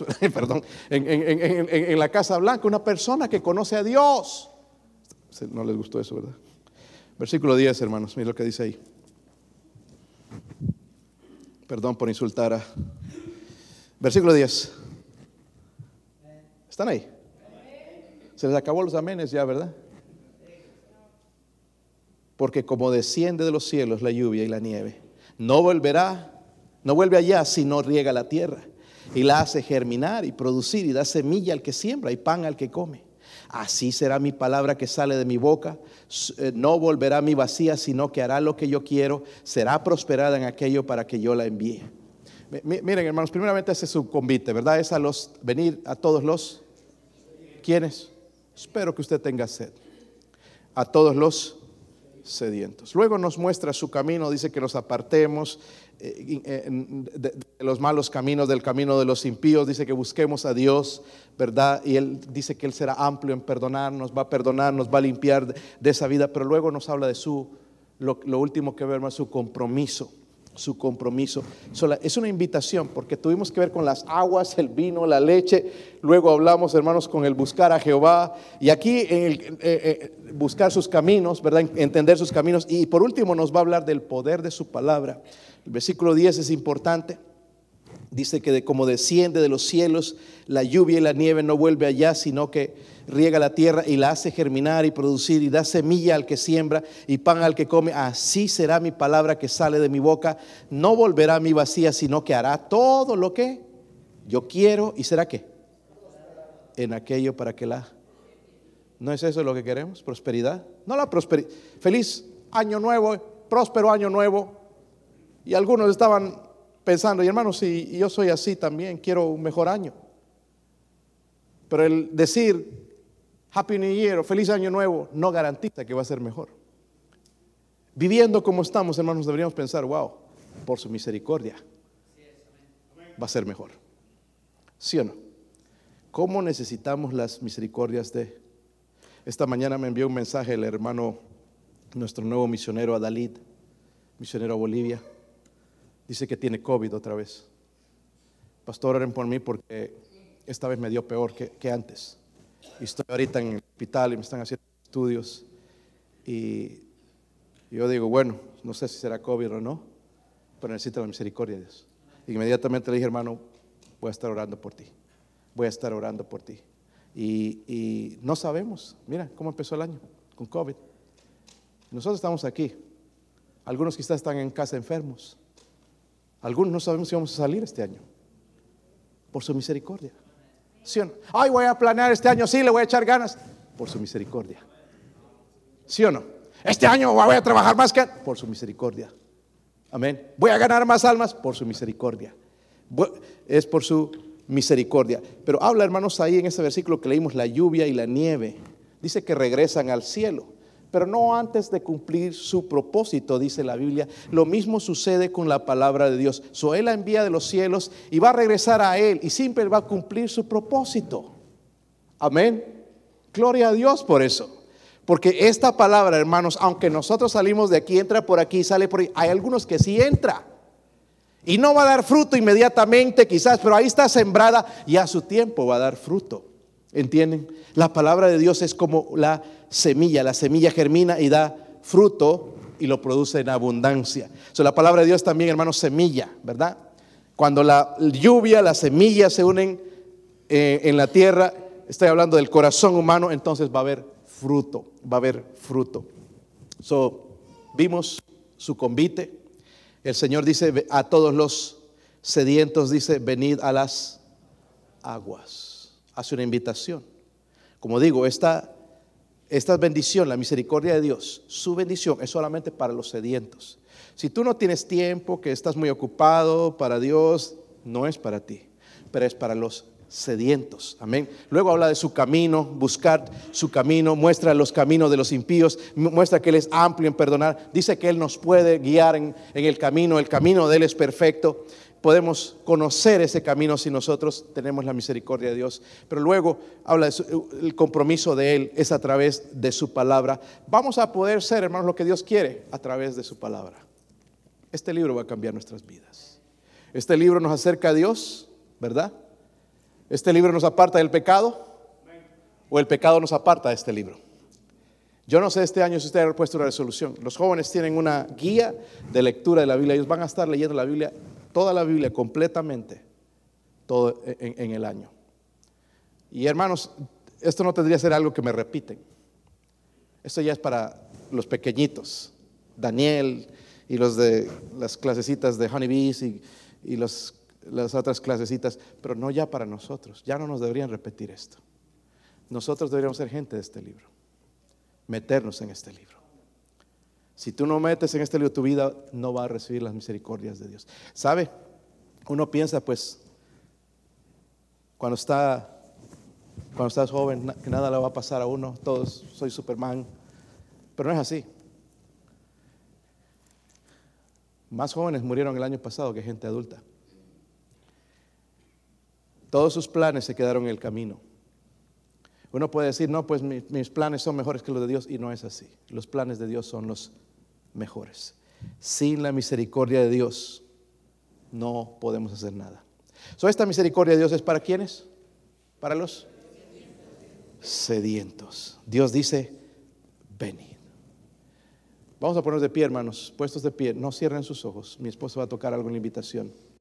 en la Casa Blanca. Una persona que conoce a Dios. No les gustó eso, ¿verdad? Versículo 10, hermanos. Mira lo que dice ahí. Perdón por insultar a... Versículo 10. ¿Están ahí? Se les acabó los amenes ya, ¿verdad? Porque como desciende de los cielos la lluvia y la nieve, no vuelve allá si no riega la tierra y la hace germinar y producir y da semilla al que siembra y pan al que come. Así será mi palabra que sale de mi boca, no volverá a mí vacía, sino que hará lo que yo quiero, será prosperada en aquello para que yo la envíe. Miren, hermanos, primeramente ese es su convite, ¿verdad? Es venir a todos los, ¿quiénes? Espero que usted tenga sed. A todos los sedientos. Luego nos muestra su camino, dice que nos apartemos de los malos caminos, del camino de los impíos, dice que busquemos a Dios, ¿verdad? Y Él dice que Él será amplio en perdonarnos, va a limpiar de esa vida, pero luego nos habla de lo último que vemos, su compromiso. Es una invitación, porque tuvimos que ver con las aguas, el vino, la leche. Luego hablamos, hermanos, con el buscar a Jehová. Y aquí buscar sus caminos, ¿verdad? Entender sus caminos. Y por último nos va a hablar del poder de su palabra. El versículo 10 es importante. Dice que como desciende de los cielos la lluvia y la nieve, no vuelve allá, sino que riega la tierra y la hace germinar y producir, y da semilla al que siembra y pan al que come. Así será mi palabra que sale de mi boca. No volverá a mí vacía, sino que hará todo lo que yo quiero. ¿Y será qué? En aquello para que la... ¿No es eso lo que queremos? ¿Prosperidad? No la prosperidad. Feliz año nuevo, próspero año nuevo. Y algunos estaban pensando, y hermanos, si yo soy así también, quiero un mejor año. Pero el decir Happy New Year o Feliz Año Nuevo no garantiza que va a ser mejor. Viviendo como estamos, hermanos, deberíamos pensar, wow, por su misericordia va a ser mejor. ¿Sí o no? ¿Cómo necesitamos las misericordias de... Esta mañana me envió un mensaje el hermano, nuestro nuevo misionero Adalid, misionero a Bolivia. Dice que tiene COVID otra vez. Pastor, oren por mí porque esta vez me dio peor que antes. Y estoy ahorita en el hospital y me están haciendo estudios. Y yo digo, bueno, no sé si será COVID o no, pero necesito la misericordia de Dios. Y inmediatamente le dije, hermano, voy a estar orando por ti. Voy a estar orando por ti. Y no sabemos, mira cómo empezó el año con COVID. Nosotros estamos aquí. Algunos quizás están en casa enfermos. Algunos no sabemos si vamos a salir este año. Por su misericordia. ¿Sí o no? Ay, voy a planear este año, sí, le voy a echar ganas. Por su misericordia. ¿Sí o no? Este año voy a trabajar más que... Por su misericordia. Amén. Voy a ganar más almas. Por su misericordia. Es por su misericordia. Pero habla, hermanos, ahí en ese versículo que leímos, la lluvia y la nieve. Dice que regresan al cielo, pero no antes de cumplir su propósito, dice la Biblia. Lo mismo sucede con la palabra de Dios. Él la envía de los cielos y va a regresar a Él y siempre va a cumplir su propósito. Amén. Gloria a Dios por eso. Porque esta palabra, hermanos, aunque nosotros salimos de aquí, entra por aquí, sale por ahí, hay algunos que sí entra. Y no va a dar fruto inmediatamente quizás, pero ahí está sembrada y a su tiempo va a dar fruto. ¿Entienden? La palabra de Dios es como la semilla germina y da fruto y lo produce en abundancia. La palabra de Dios también, hermanos, semilla, ¿verdad? Cuando la lluvia, las semillas se unen en la tierra, estoy hablando del corazón humano, entonces va a haber fruto, va a haber fruto. Vimos su convite. El Señor dice a todos los sedientos, dice, venid a las aguas. Hace una invitación. Como digo, esta bendición, la misericordia de Dios, su bendición es solamente para los sedientos. Si tú no tienes tiempo, que estás muy ocupado para Dios, no es para ti, pero es para los sedientos. Amén. Luego habla de su camino, buscar su camino, muestra los caminos de los impíos, muestra que Él es amplio en perdonar, dice que Él nos puede guiar en el camino de Él es perfecto. Podemos conocer ese camino si nosotros tenemos la misericordia de Dios. Pero luego habla el compromiso de Él es a través de su palabra. Vamos a poder ser, hermanos, lo que Dios quiere a través de su palabra. Este libro va a cambiar nuestras vidas. Este libro nos acerca a Dios, ¿verdad? ¿Este libro nos aparta del pecado? ¿O el pecado nos aparta de este libro? Yo no sé este año si usted ha puesto una resolución. Los jóvenes tienen una guía de lectura de la Biblia. Ellos van a estar leyendo la Biblia, toda la Biblia completamente, todo en el año. Y hermanos, esto no tendría que ser algo que me repiten. Esto ya es para los pequeñitos, Daniel y los de las clasecitas de Honeybees y las otras clasecitas, pero no ya para nosotros. Ya no nos deberían repetir esto. Nosotros deberíamos ser gente de este libro, meternos en este libro. Si tú no metes en este libro tu vida, no vas a recibir las misericordias de Dios. ¿Sabe? Uno piensa, pues, cuando estás joven, que nada le va a pasar a uno, todos soy Superman, pero no es así. Más jóvenes murieron el año pasado que gente adulta. Todos sus planes se quedaron en el camino. Uno puede decir, no, pues mis planes son mejores que los de Dios, y no es así. Los planes de Dios son los mejores. Sin la misericordia de Dios no podemos hacer nada. Esta misericordia de Dios es para ¿quiénes? Para los sedientos. Dios dice, venid. Vamos a ponernos de pie, hermanos, puestos de pie. No cierren sus ojos. Mi esposa va a tocar algo en la invitación.